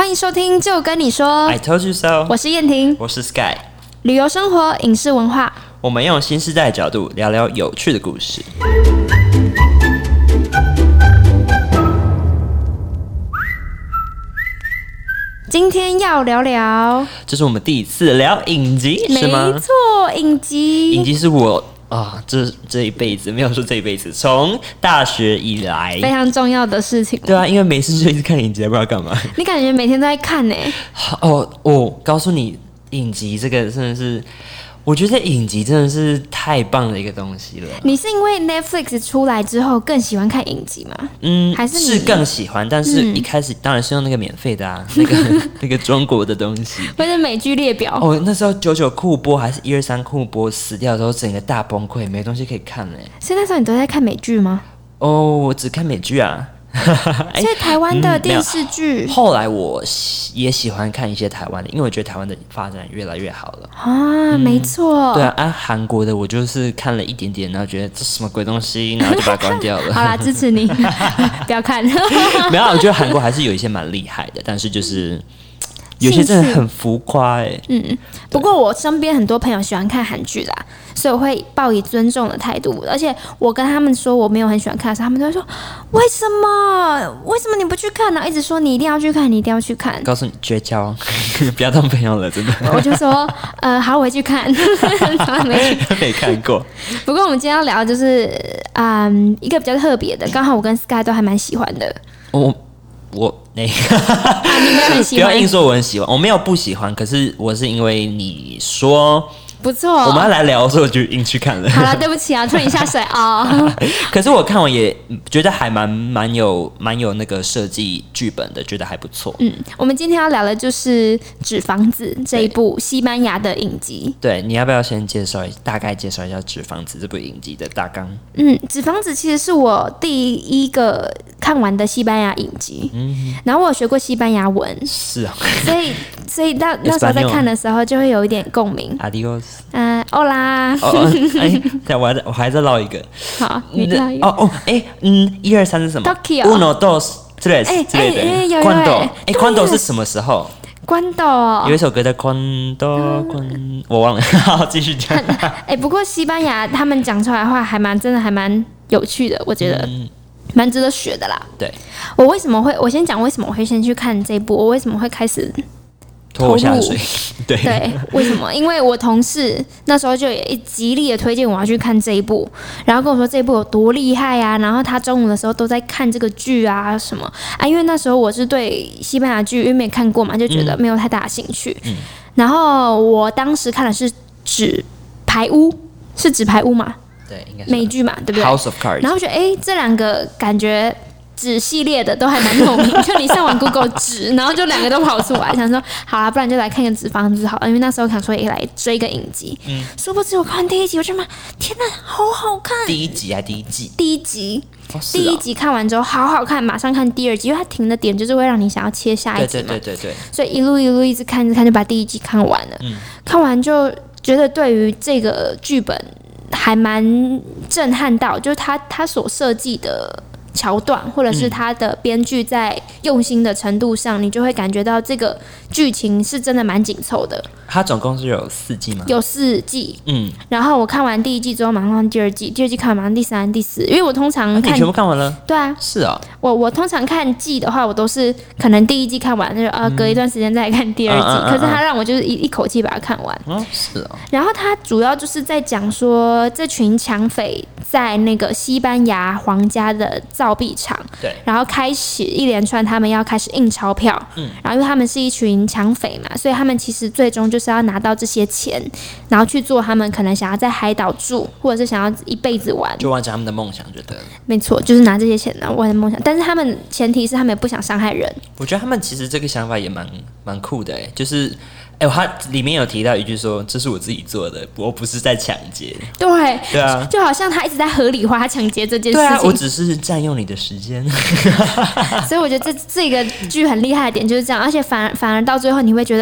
欢迎收听就跟你说 I told you so。 我是燕婷， 我是 Sky。 旅游生活影视文化， 我们用新时代的角度聊聊有趣的故事。 今天要聊聊， 这是我们第一次聊影集，是吗？ 没错，影集。 影集是我这一辈子没有说这一辈子，从大学以来非常重要的事情。 对啊，因为没事就一直看影集，不知道干嘛。 你感觉每天都在看呢？ 我告诉你，影集这个真的是，我觉得影集真的是太棒的一个东西了。 你是因为 Netflix 出来之后更喜欢看影集吗？还是你是更喜欢，但是一开始当然是用那个免费的啊，那个中国的东西。 或者美剧列表？ 那时候99酷播还是123酷播死掉的时候，整个大崩溃，没东西可以看嘞。 所以那时候你都在看美剧吗？ 我只看美剧啊。 所以台湾的电视剧， 后来我也喜欢看一些台湾的，因为我觉得台湾的发展越来越好了啊，没错。 对啊，韩国的我就是看了一点点，然后觉得这什么鬼东西，然后就把它关掉了。 好啦，支持你，不要看。 没有，我觉得韩国还是有一些蛮厉害的，但是就是有些真的很浮夸哎。 不过我身边很多朋友喜欢看韩剧啦，所以我会抱以尊重的态度。而且我跟他们说我没有很喜欢看的时候，他们都会说为什么？为什么你不去看呢？一直说你一定要去看，你一定要去看。 告诉你绝交，不要当朋友了，真的。 我就说好，我会去看，从来没去没看过。 不过我们今天要聊的就是一个比较特别的，刚好我跟 Sky 都还蛮喜欢的。 我那个你没有很喜欢？ 不要硬说我很喜欢，我没有不喜欢，可是我是因为你说不错， 我们要来聊的时候，我就硬去看了。 好了，对不起啊，拖你下水啊。 可是我看完也觉得还蛮有那个设计剧本的，觉得还不错。 我们今天要聊的就是《纸房子》这一部西班牙的影集。 对，你要不要先大概介绍一下《纸房子》这部影集的大纲？ 《纸房子》其实是我第一个看完的西班牙影集。然后我有学过西班牙文， 是啊， 所以那时候在看的时候就会有一点共鸣。 Adios。 欧啦。 我还在唠一个。 好，你唠一个。 1、2、3是什么 Tokyo Uno dos tres 之类的。 有 Cuando 是什么时候？ 关岛有一首歌叫 Cuando， 我忘了。好，继续讲。 不过西班牙他们讲出来的话真的还蛮有趣的，我觉得蛮值得学的啦。 对， 我先讲为什么我会先去看这部，我为什么会开始拖我下水。 对，为什么？因为我同事那时候就也极力的推荐我要去看这一部，然后跟我说这一部有多厉害啊，然后他中午的时候都在看这个剧啊什么啊，因为那时候我是对西班牙剧因为没看过嘛，就觉得没有太大的兴趣。然后我当时看的是纸牌屋，是纸牌屋嘛？ 对，应该是美剧嘛，对不对 ？House of Cards。 然后我觉得这两个感觉纸系列的都还蛮有名，就你上完 Google 纸，然后就两个都跑出来，想说好啦，不然就来看个纸房子好了，因为那时候想说也来追一个影集。殊不知我看完第一集，我就骂天哪，好好看！ 第一集还第一季？ 第一集。 第一集看完之后好好看，马上看第二集，因为它停的点就是会让你想要切下一集嘛。 对。 所以一路一直看，就把第一集看完了。看完就觉得对于这个剧本还蛮震撼到，就是他所设计的桥段，或者是他的编剧在用心的程度上，你就会感觉到这个剧情是真的蛮紧凑的。 它总共是有4季吗？ 有4季。然后我看完第一季之后，马上看第二季，第二季看完马上第3、第4，因为我通常看你全部看完了。 对啊， 是啊。 我通常看季的话，我都是可能第一季看完，就隔一段时间再来看第二季。可是他让我就是一口气把它看完。 是啊。 然后他主要就是在讲说，这群抢匪在那个西班牙皇家的造币厂， 对， 然后开始一连串他们要开始印钞票。然后因为他们是一群抢匪嘛，所以他们其实最终就是要拿到这些钱，然后去做他们可能想要在海岛住，或者是想要一辈子玩， 就完成他们的梦想就对了。 没错，就是拿这些钱来完成梦想。但是他们前提是他们也不想伤害人。 我觉得他们其实这个想法也蛮酷的就是他里面有提到一句说，这是我自己做的，我不是在抢劫。 对啊， 就好像他一直在合理化他抢劫这件事情。 对啊，我只是占用你的时间。 所以我觉得这个剧很厉害的点就是这样，而且反而到最后你会觉得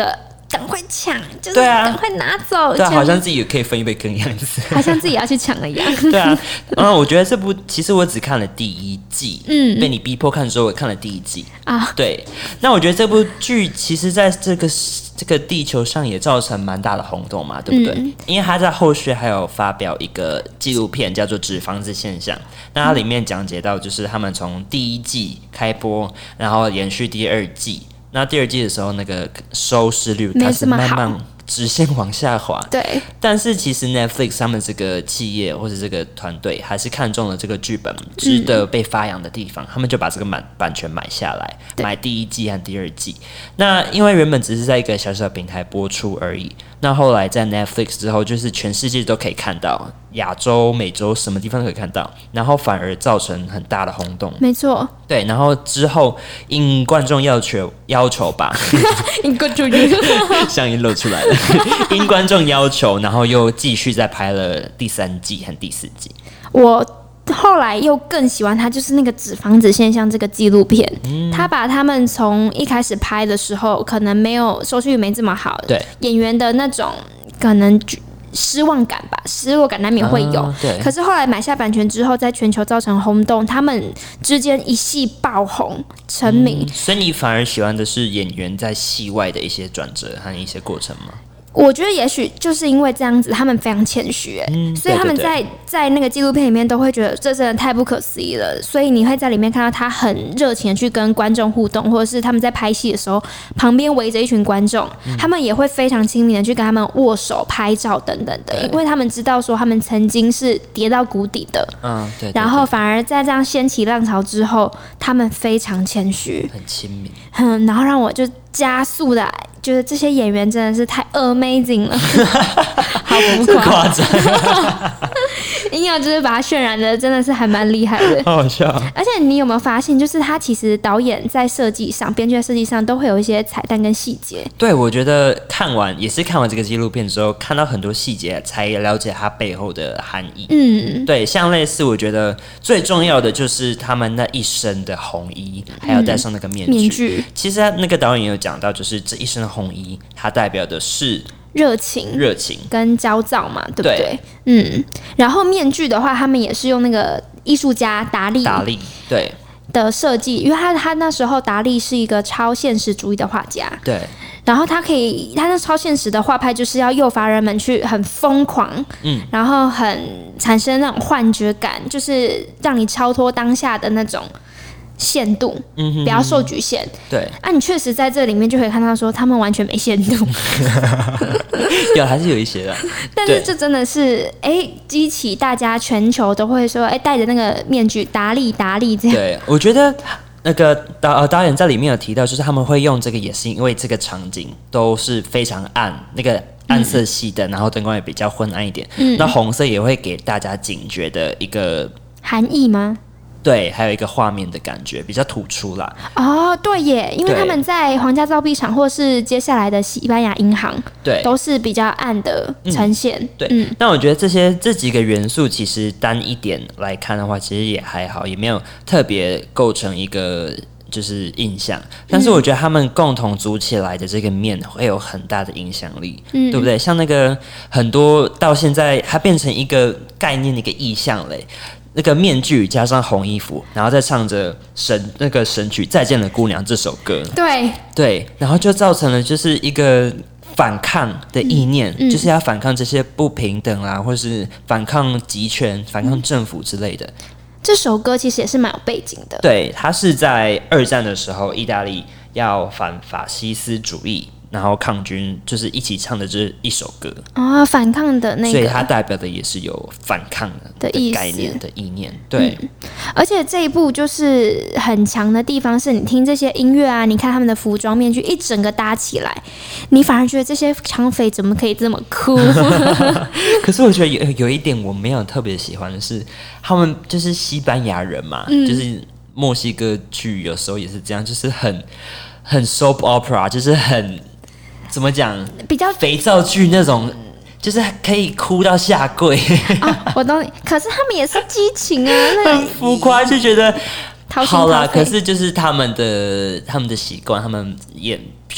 赶快抢，就是对啊赶快拿走， 对啊，好像自己也可以分一杯羹样子， 好像自己要去抢了一样。 对啊，我觉得这部其实我只看了第一季，被你逼迫看之后，我看了第一季啊。对，那我觉得这部剧其实在这个地球上也造成蛮大的轰动嘛，对不对？因为他在后续还有发表一个纪录片，叫做《纸房子现象》，那它里面讲解到就是他们从第一季开播，然后延续第二季。那第二季的时候，那个收视率开始慢慢直线往下滑。 对， 但是其实 Netflix 他们这个企业或者这个团队还是看中了这个剧本值得被发扬的地方，他们就把这个版权买下来，买第一季和第二季。那因为原本只是在一个小小的平台播出而已，那后来在 Netflix 之后，就是全世界都可以看到，亚洲、美洲什么地方都可以看到，然后反而造成很大的轰动。 没错， 对，然后之后应观众要求吧， 应观众声音露出来了，因观众要求，然后又继续再拍了第3季和第4季。 我后来又更喜欢他，就是那个纸房子现象这个纪录片，他把他们从一开始拍的时候，可能没有收视率没这么好， 对演员的那种可能失望感吧，失落感难免会有。 对。 可是后来买下版权之后，在全球造成轰动，他们之间一系爆红成名。 所以你反而喜欢的是演员在戏外的一些转折和一些过程吗？ 我觉得也许就是因为这样子，他们非常谦虚，所以他们在那个纪录片里面都会觉得这真的太不可思议了。所以你会在里面看到他很热情的去跟观众互动，或者是他们在拍戏的时候，旁边围着一群观众，他们也会非常亲民的去跟他们握手、拍照等等的，因为他们知道说他们曾经是跌到谷底的， 对。 然后反而在这样掀起浪潮之后，他们非常谦虚， 很亲民， 然后让我就加速的。觉得这些演员真的是太 amazing 了，好浮夸张， 硬要就是把它渲染的真的是还蛮厉害的， 好好笑。 而且你有没有发现，就是他其实导演在设计上、编剧在设计上都会有一些彩蛋跟细节。 对，我觉得看完这个纪录片之后，看到很多细节，才了解它背后的含义。对，像类似我觉得最重要的就是他们那一身的红衣，还要戴上那个面具。其实那个导演有讲到，就是这一身红衣，它代表的是热情跟焦躁嘛，对不对？然后面具的话，他们也是用那个艺术家达利对的设计，因为他那时候达利是一个超现实主义的画家， 对。 然后他那超现实的画派就是要诱发人们去很疯狂，然后很产生那种幻觉感，就是让你超脱当下的那种限度，不要受局限。 对， 你确实在这里面就可以看到说他们完全没限度， 有还是有一些的， 但是这真的是激起大家全球都会说，戴着那个面具达利这样。 对，我觉得那个导演在里面有提到，就是他们会用这个，也是因为这个场景都是非常暗，那个暗色系的，然后灯光也比较昏暗一点。那红色也会给大家警觉的一个含义吗？ 对，还有一个画面的感觉比较突出啦。 对耶，因为他们在皇家造币厂或是接下来的西班牙银行，对，都是比较暗的呈现。 对，那我觉得这几个元素其实单一点来看的话，其实也还好，也没有特别构成一个就是印象。但是我觉得他们共同组起来的这个面会有很大的影响力，对不对？像那个很多到现在它变成一个概念的一个意象嘞。那个面具加上红衣服，然后再唱着那个神曲《再见了姑娘》这首歌，对，然后就造成了就是一个反抗的意念，就是要反抗这些不平等啦，或是反抗集权、反抗政府之类的。 这首歌其实也是蛮有背景的， 对，它是在2战的时候，意大利要反法西斯主义。然后抗军就是一起唱的这一首歌反抗的那个， 所以它代表的也是有反抗的概念的意念，对。 而且这一部就是很强的地方是，你听这些音乐啊，你看他们的服装面具一整个搭起来，你反而觉得这些抢匪怎么可以这么酷？ 可是我觉得有一点我没有特别喜欢的是，他们就是西班牙人嘛，就是墨西哥剧有时候也是这样，就是很 soap opera， 就是很。怎么讲？比较肥皂剧那种，就是可以哭到下跪。 我懂你。可是他们也是激情啊， 很浮夸，就觉得好啦。 可是就是他们的习惯，他们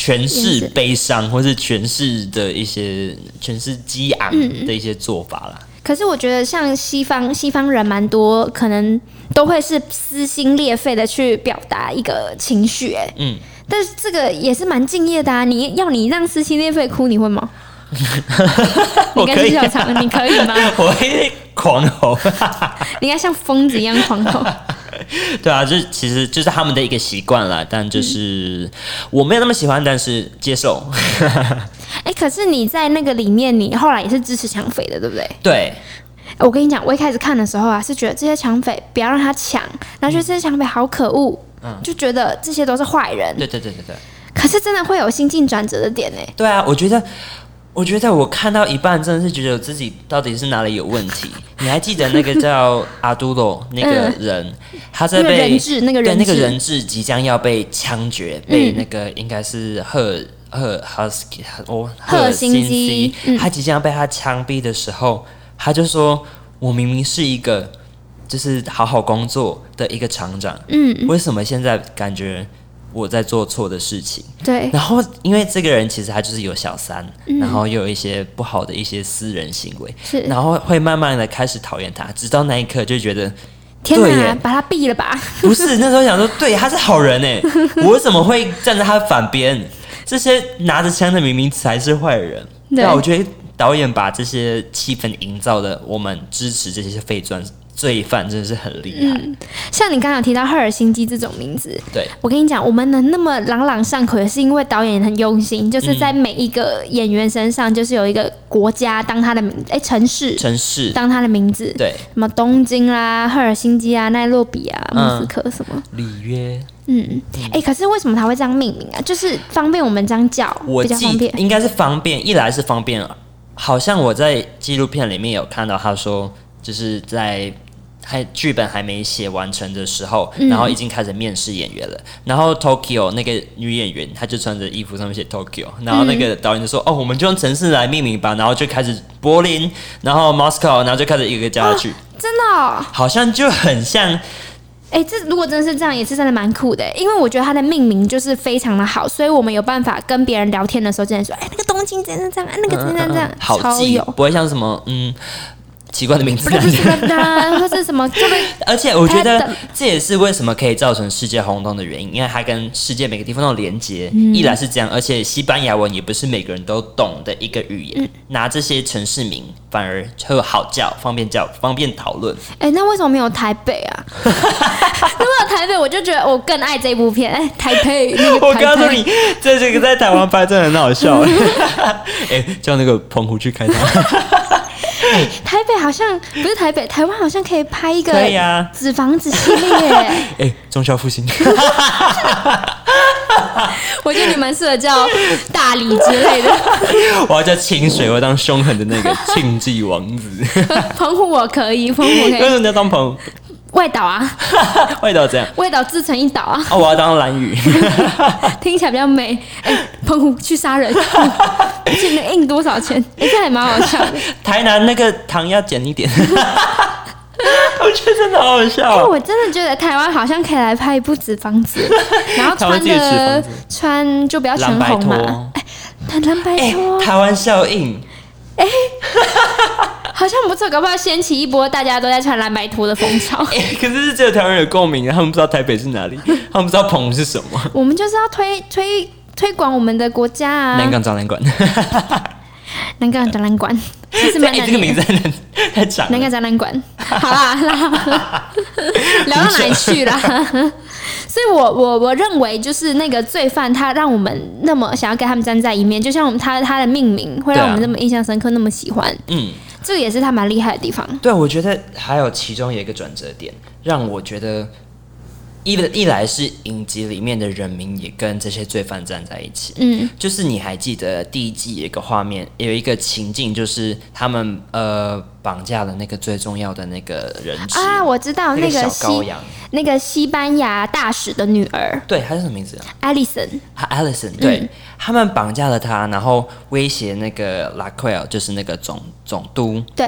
诠释悲伤，或是诠释的一些诠释激昂的一些做法啦。 可是我觉得像西方人蛮多，可能都会是撕心裂肺的去表达一个情绪，但是这个也是蛮敬业的啊！你让撕心裂肺哭，你会吗？你该去小场，你可以吗？ 我会狂吼， 你应该像疯子一样狂吼。 对啊，其实就是他们的一个习惯啦，但就是我没有那么喜欢，但是接受。 可是你在那个里面，你后来也是支持抢匪的，对不对？ 对。 我跟你讲，我一开始看的时候啊，是觉得这些抢匪不要让他抢，然后觉得这些抢匪好可恶，就觉得这些都是坏人。 对。 可是真的会有心境转折的点呢。 对啊，我觉得我看到一半，真的是觉得我自己到底是哪里有问题。你还记得那个叫阿杜罗那个人，他在被那个人质即将要被枪决，被那个应该是赫辛基，他即将被他枪毙的时候，他就说：“我明明是一个就是好好工作的一个厂长，为什么现在感觉？”我在做错的事情， 对。 然后，因为这个人其实他就是有小三，然后又有一些不好的一些私人行为，然后会慢慢的开始讨厌他，直到那一刻就觉得， 天哪，把他毙了吧？ 不是，那时候想说，对，他是好人哎，我怎么会站在他反边？这些拿着枪的明明才是坏人。对啊，我觉得导演把这些气氛营造的，我们支持这些罪犯真的是很厉害。 像你刚刚有提到赫尔辛基这种名字， 对， 我跟你讲，我们能那么朗朗上口，也是因为导演很用心，就是在每一个演员身上，就是有一个国家当他的名字，城市当他的名字， 对， 什么东京啦、赫尔辛基啊、奈洛比啊、莫斯科什么里约。 可是为什么他会这样命名啊？就是方便我们这样叫，比较方便。 应该是方便，一来是方便，好像我在纪录片里面有看到他说，就是在剧本还没写完成的时候，然后已经开始面试演员了。然后 Tokyo 那个女演员，她就穿着衣服上面写 Tokyo， 然后那个导演就说：“哦，我们就用城市来命名吧。”然后就开始柏林，然后 Moscow， 然后就开始一个加下去。 真的哦， 好像就很像。 这如果真的是这样，也是真的蛮酷的。因为我觉得它的命名就是非常的好，所以我们有办法跟别人聊天的时候，真的说：“那个东京真的这样，那个真的这样， 好记，不会像什么奇怪的名字， 或是什么， 而且我觉得这也是为什么可以造成世界轰动的原因，因为它跟世界每个地方都有连接。一来是这样，而且西班牙文也不是每个人都懂的一个语言，拿这些城市名反而会好叫，方便讨论。 那为什么没有台北啊？如果有台北，我就觉得我更爱这部片。台北， 我告诉你，这个在台湾拍真的很好笑。叫那个澎湖去开它。 台北好像不是台北，台湾好像可以拍一个纸房子系列。忠孝复兴。 我觉得你蛮适合叫大理之类的。 我要叫清水，我要当凶狠的那个庆忌王子。 澎湖我可以，澎湖可以。 为什么你要当澎湖？ 外岛啊。 外岛怎样？ 外岛自成一岛啊。 我要当兰屿。 听起来比较美。澎湖去杀人，去能印多少钱？这还蛮好笑的。 台南那个糖要减一点。我觉得真的好好笑。 我真的觉得台湾好像可以来拍一部纸房子，然后穿就不要全红嘛。蓝白拖， 台湾效应。 好像不错，搞不好掀起一波大家都在穿蓝白拖的风潮。 可是只有台湾人有共鸣，他们不知道台北是哪里，他们不知道澎湖是什么。 我们就是要推广我们的国家啊！ 南港展览馆。 南港展览馆，其实蛮难念。 这个名字太长。 南港展览馆，好啦，聊到哪里去啦？所以我认为，就是那个罪犯，他让我们那么想要跟他们站在一面，就像他的命名会让我们那么印象深刻，那么喜欢。这个也是他蛮厉害的地方。 对，我觉得还有其中有一个转折点，让我觉得一来是影集里面的人民也跟这些罪犯站在一起。就是你还记得第一季有一个画面，有一个情境，就是他们绑架了那个最重要的那个人质啊，我知道那个小羔羊， 那个西班牙大使的女儿， 对，她是什么名字 ？Alison， 对，他们绑架了她，然后威胁那个拉奎尔，就是那个总督， 对，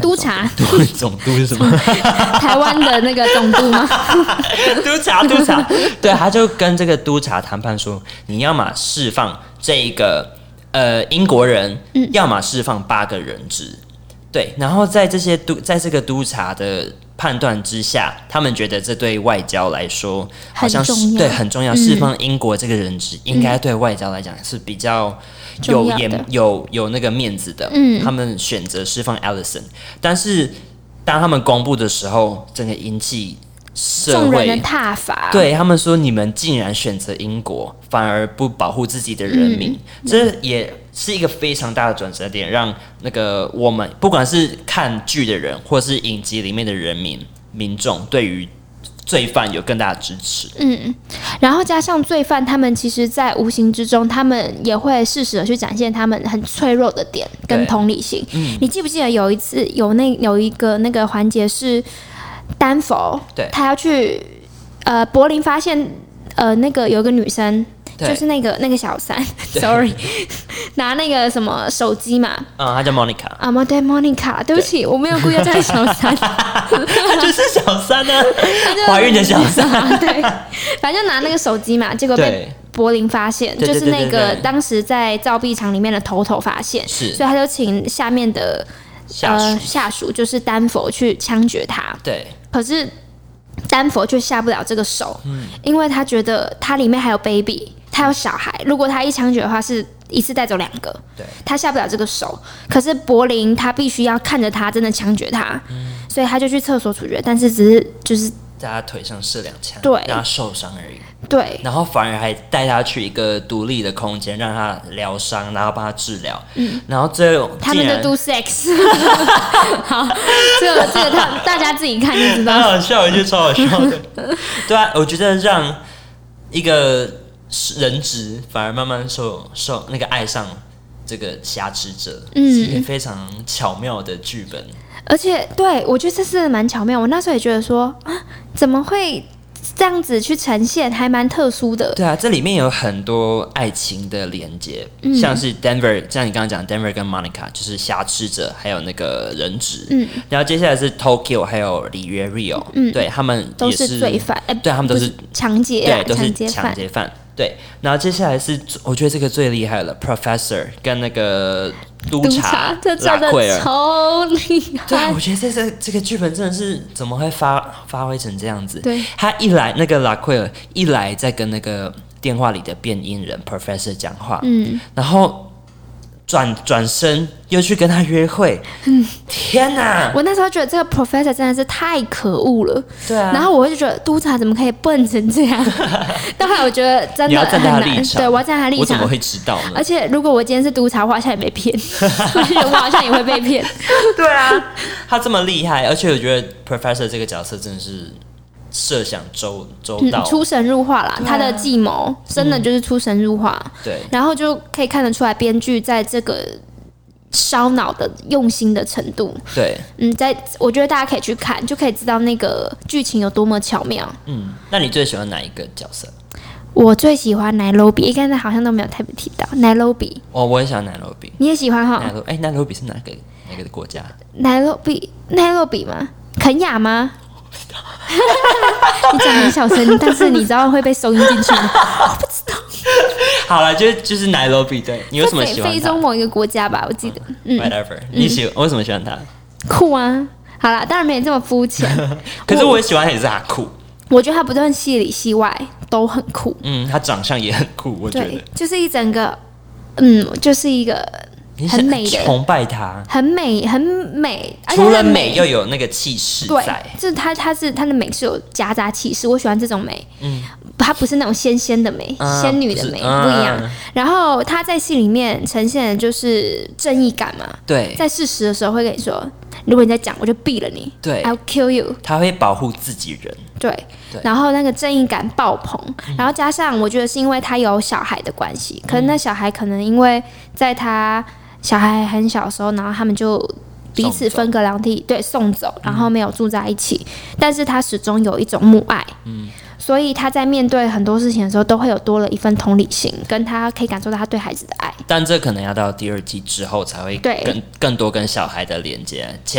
督察总督是什么？ 台湾的那个总督吗？ 督察，对，他就跟这个督察谈判说，你要么释放这一个英国人，要么释放8个人质。对，然后在这个督察的判断之下，他们觉得这对外交来说好像是对很重要，释放英国这个人质应该对外交来讲是比较有那个面子的。他们选择释放 Allison， 但是当他们公布的时候，整个引起社会众人的挞伐。 对，他们说你们竟然选择英国，反而不保护自己的人民，这也是一个非常大的转折点，让那个我们不管是看剧的人，或是影集里面的民众，对于罪犯有更大的支持。 然后加上罪犯，他们其实在无形之中，他们也会适时的去展现他们很脆弱的点跟同理心。你记不记得有一次有一个那个环节是丹佛，他要去柏林发现那个有一个女生。就是那个小三 ，sorry， 拿那个什么手机嘛， 她叫 Monica 啊，对 Monica， 对不起，我没有故意要叫小三， 她就是小三啊，怀孕的小三， 对，反正就拿那个手机嘛，结果被柏林发现，就是那个当时在造币厂里面的头发现，所以他就请下面的下属，就是丹佛去枪决他， 对， 可是丹佛却下不了这个手，因为他觉得他里面还有 baby。他有小孩，如果他一枪决的话，是一次带走2个。 对， 他下不了这个手。可是柏林他必须要看着他真的枪决他，所以他就去厕所处决，但是只是就是在他腿上射2枪， 对， 让他受伤而已。 对， 然后反而还带他去一个独立的空间，让他疗伤，然后帮他治疗。然后最后他们就 do sex 。好，这个大家自己看就知道。 很好笑，我觉得超好笑的。对啊，我觉得让一个人质反而慢慢受那个爱上这个挟持者，是一个非常巧妙的剧本。 而且对我觉得这是蛮巧妙，我那时候也觉得说啊，怎么会这样子去呈现，还蛮特殊的。 对啊，这里面有很多爱情的连接，像是 Denver， 像你刚刚讲 Denver 跟 Monica 就是挟持者，还有那个人质。然后接下来是 Tokyo 还有里约 Rio，对他们也都是罪犯， 对他们都是抢劫， 对，都是抢劫犯。对，然后接下来是我觉得这个最厉害了 ，Professor 跟那个督察拉奎尔， 超厉害。 对，我觉得这个剧本真的是怎么会发挥成这样子？ 对， 他一来那个拉奎尔一来在跟那个电话里的变音人 Professor 讲话，然后转身又去跟他约会，天哪！ 我那时候觉得这个 professor 真的是太可恶了， 对啊。 然后我就觉得督察怎么可以笨成这样？但后来我觉得真的很难，对，我要站他立场， 我怎么会知道呢？ 而且如果我今天是督察，我好像也没骗，我觉得我好像也会被骗。 对啊，他这么厉害，而且我觉得 professor 这个角色真的是设想周到， 出神入化啦。他的计谋真的就是出神入化， 对， 然后就可以看得出来编剧在这个烧脑的用心的程度。 对， 我觉得大家可以去看，就可以知道那个剧情有多么巧妙。 那你最喜欢哪一个角色？ 我最喜欢奈罗比，刚才好像都没有特别提到奈罗比。 哦，我也喜欢奈罗比。 你也喜欢哈？ 奈罗比是哪个国家？ 奈罗比吗？肯亚吗？你讲很小声，但是你知道会被收音进去吗？我不知道。 好了，就是奈罗比。对，你为什么喜欢他？ 非洲某一个国家吧，我记得。 Whatever，你为什么喜欢他？ 酷啊！好啦，当然没这么肤浅。 可是我也喜欢也是他酷。 我觉得他不论戏里戏外都很酷。 他长相也很酷，我觉得。 就是一整个，就是一个。很美的， 崇拜他， 很美， 除了美又有那个气势在。 就是他的美是有夹杂气势，我喜欢这种美。它不是那种仙仙的美，仙女的美不一样。然后他在戏里面呈现的就是正义感嘛。 对， 在事实的时候会跟你说，如果你在讲，我就毙了你。 对 ，I'll kill you。 他会保护自己人。 对，然后那个正义感爆棚，然后加上我觉得是因为他有小孩的关系，可能那小孩可能因为在他小孩很小的时候，然后他们就彼此分隔两地，对，送走，然后没有住在一起，但是他始终有一种母爱，所以他在面对很多事情的时候，都会有多了一份同理心，跟他可以感受到他对孩子的爱。 但这可能要到第2季之后才会更多跟小孩的连接。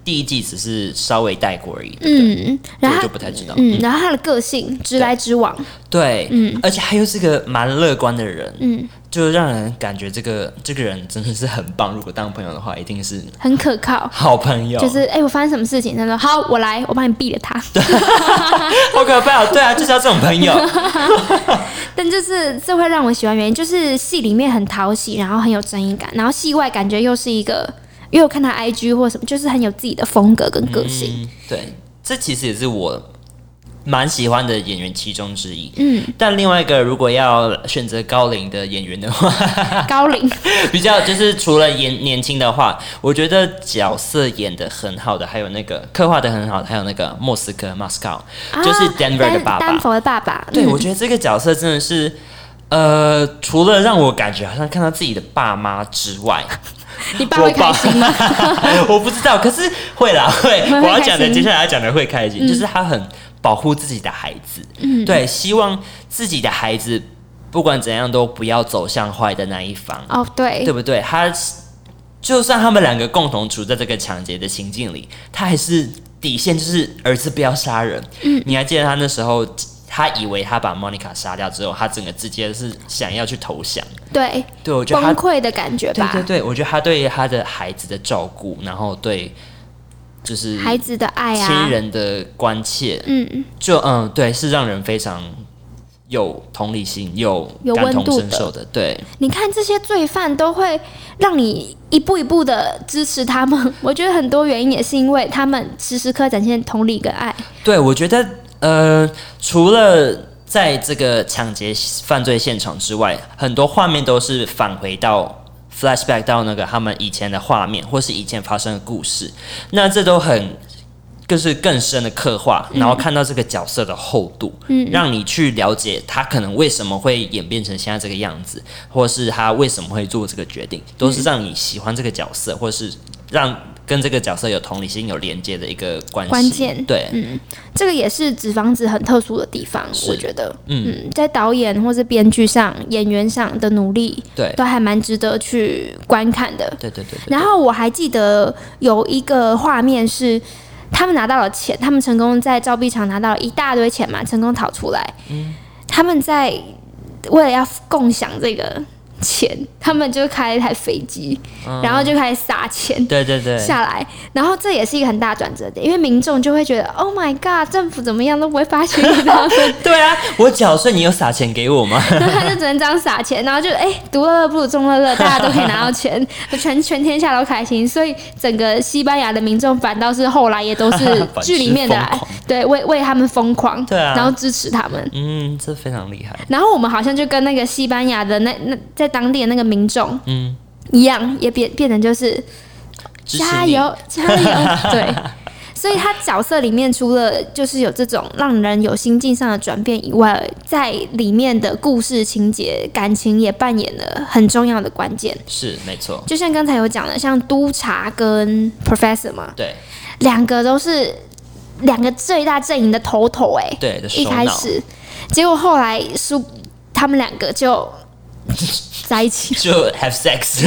第一季只是稍微带过而已，对，然后我就不太知道。 然后他的个性直来直往， 对，而且他又是个蛮乐观的人，就让人感觉这个人真的是很棒。如果当朋友的话，一定是很可靠， 好朋友。 就是我发生什么事情，他说好，我来，我帮你毙了他。 好可怕，对啊，就是要这种朋友。 但就是这会让我喜欢原因，就是戏里面很讨喜，然后很有正义感，然后戏外感觉又是一个。因为我看他 IG 或什么，就是很有自己的风格跟个性。 对，这其实也是我蛮喜欢的演员其中之一。但另外一个，如果要选择高龄的演员的话， 高龄比较就是除了演年轻的话，我觉得角色演得很好的，还有那个刻画得很好的，还有那个莫斯科 Moscow，就是 Denver 的爸爸。 丹佛的爸爸。 对，我觉得这个角色真的是，除了让我感觉好像看到自己的爸妈之外。 你爸会开心吗？ 我不知道，可是会啦，会。我要讲的，接下来要讲的会开心，就是他很保护自己的孩子，对，希望自己的孩子不管怎样都不要走向坏的那一方。 哦，对， 对不对？他就算他们两个共同处在这个抢劫的情境里，他还是底线就是儿子不要杀人。你还记得他那时候？他以为他把 Monica 杀掉之后，他整个直接是想要去投降。 对， 我觉得他崩溃的感觉吧。 对，我觉得他对他的孩子的照顾，然后对就是孩子的爱啊， 亲人的关切，对，是让人非常有同理心、有感同身受的。对， 你看这些罪犯都会让你一步一步的支持他们。我觉得很多原因也是因为他们时时刻展现同理跟爱。 对，我觉得。除了在这个抢劫犯罪现场之外，很多画面都是返回到 flashback 到那个他们以前的画面，或是以前发生的故事。那这都很就是更深的刻画，然后看到这个角色的厚度，让你去了解他可能为什么会演变成现在这个样子，或是他为什么会做这个决定，都是让你喜欢这个角色，或是让跟这个角色有同理心、有连接的一个关键。 对， 这个也是《纸房子》很特殊的地方，我觉得，在导演或是编剧上、演员上的努力， 对， 都还蛮值得去观看的。 对。 然后我还记得有一个画面是，他们拿到了钱，他们成功在造币厂拿到了一大堆钱嘛，成功逃出来。他们在为了要共享这个钱，他们就开了一台飞机，然后就开始撒钱， 对下来，然后这也是一个很大转折点，因为民众就会觉得 ，Oh my God， 政府怎么样都不会发钱给他们。 对啊，我缴税，你有撒钱给我吗？ 然后他就只能这样撒钱，然后就独乐乐不如众乐乐，大家都可以拿到钱，全天下都开心，所以整个西班牙的民众反倒是后来也都是剧里面的对，为他们疯狂， 对啊， 然后支持他们， 这非常厉害。 然后我们好像就跟那个西班牙的那在当地的那个民众，一样，也变成就是加油，对。所以他角色里面除了就是有这种让人有心境上的转变以外，在里面的故事情节、感情也扮演了很重要的关键。 是没错， 就像刚才有讲的，像督察跟 Professor 嘛， 对， 两个都是两个最大阵营的头， 对的首脑。 一开始，结果后来他们两个就在一起， 就 have sex。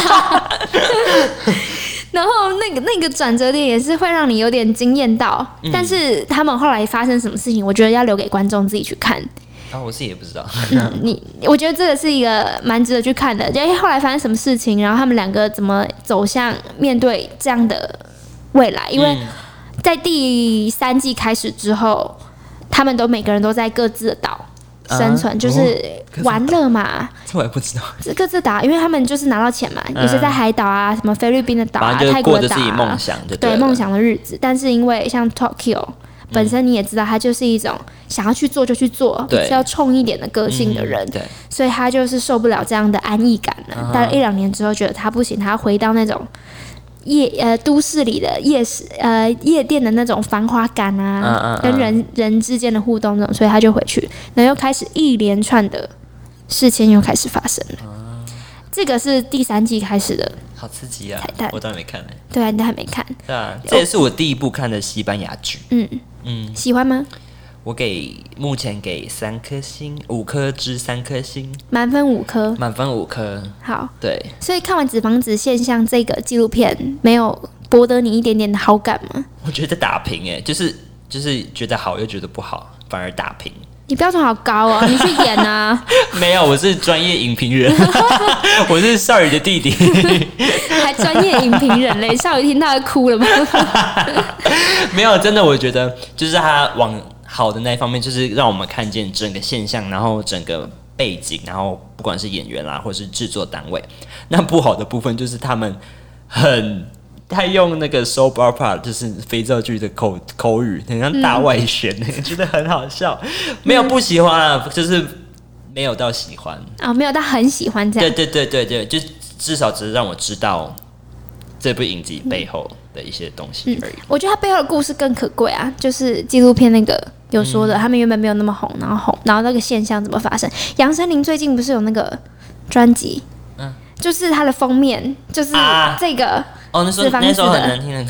然后那个转折点也是会让你有点惊艳到，但是他们后来发生什么事情，我觉得要留给观众自己去看。 我自己也不知道。 我觉得这个是一个蛮值得去看的，就后来发生什么事情，然后他们两个怎么走向面对这样的未来。因为在第3季开始之后，他们都每个人都在各自的岛生存，就是玩乐嘛。 这我也不知道。 各自岛，因为他们就是拿到钱嘛，有些在海岛啊，什么菲律宾的岛啊，泰国的岛啊， 过着自己梦想就对梦想的日子。但是因为像 Tokyo 本身你也知道，他就是一种想要去做就去做，比较冲一点的个性的人，所以他就是受不了这样的安逸感了。待了1-2年之后，觉得他不行，他要回到那种都市里的夜店的那种繁华感啊，跟人之间的互动那种，所以他就回去，然后又开始一连串的事情又开始发生了。这个是第3季开始的， 好刺激啊！ 彩蛋， 我当然没看呢。 对啊，你都还没看。 对啊，这也是我第一部看的西班牙剧。 喜欢吗？ 我目前给3颗星，5颗至3颗星， 满分5颗。 满分5颗。 好， 对。 所以看完《纸房子现象》这个纪录片，没有博得你一点点的好感吗？ 我觉得打平就是觉得好又觉得不好，反而打平。 你标准好高哦，你去演啊！ 没有，我是专业影评人，我是少宇的弟弟， 还专业影评人嘞，少宇听到哭了吗？ 没有，真的，我觉得就是他往好的那一方面，就是让我们看见整个现象，然后整个背景，然后不管是演员啦，或是制作单位。那不好的部分就是他们他用那个 soap opera 就是肥皂剧的口语，很像大外宣，觉得很好笑。没有不喜欢啊，就是没有到喜欢哦，没有到很喜欢这样。 对，就至少只是让我知道这部影集背后的一些东西而已。 我觉得他背后的故事更可贵啊，就是纪录片那个有说的，他们原本没有那么红，然后那个现象怎么发生？杨丞琳最近不是有那个专辑，就是他的封面就是这个。 哦，那首很难听的歌，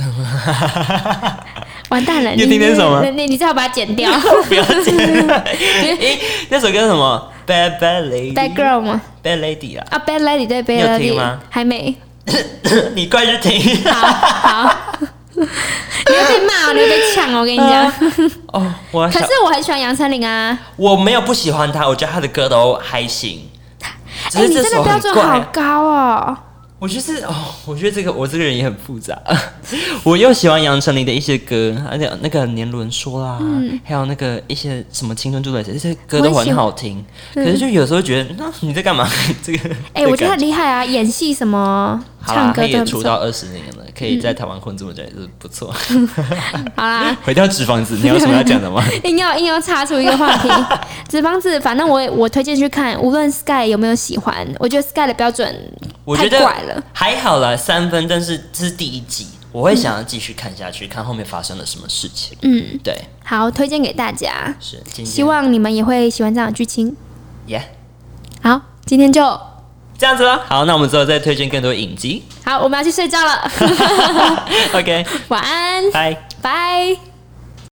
完蛋了！ 你听那首吗？ 你最好把它剪掉， 不要剪。那首歌是什么 ？Bad Lady。Bad Girl 吗 ？Bad Lady 啊。 Bad Lady 对 Bad Lady。 你有听吗？ 还没。 你快去听。 好。你会被骂哦，你会被呛哦，我跟你讲。 哦， 可是我很喜欢杨丞琳啊。 我没有不喜欢她，我觉得她的歌都还行。 你真的标准好高哦。 我觉得我这个人也很复杂。我又喜欢杨丞琳的一些歌，而且那个年轮说啦，还有那个一些什么青春住在这些歌都很好听。可是就有时候觉得，你在干嘛？这个我觉得很厉害啊，演戏什么，唱歌他也出道20年了，可以在台湾混这么久也是不错。 好啦， 回到纸房子，你有什么要讲的吗？ 硬要插出一个话题，纸房子，反正我推荐去看，无论 Sky 有没有喜欢，我觉得 Sky 的标准太怪了。 还好啦，3分，但是这是第1季，我会想要继续看下去，看后面发生了什么事情。对， 好，推荐给大家， 是， 希望你们也会喜欢这样的剧情。 耶， 好，今天就这样子了。好，那我们之后再推荐更多影集。 好，我们要去睡觉了。 OK， 晚安， 拜拜。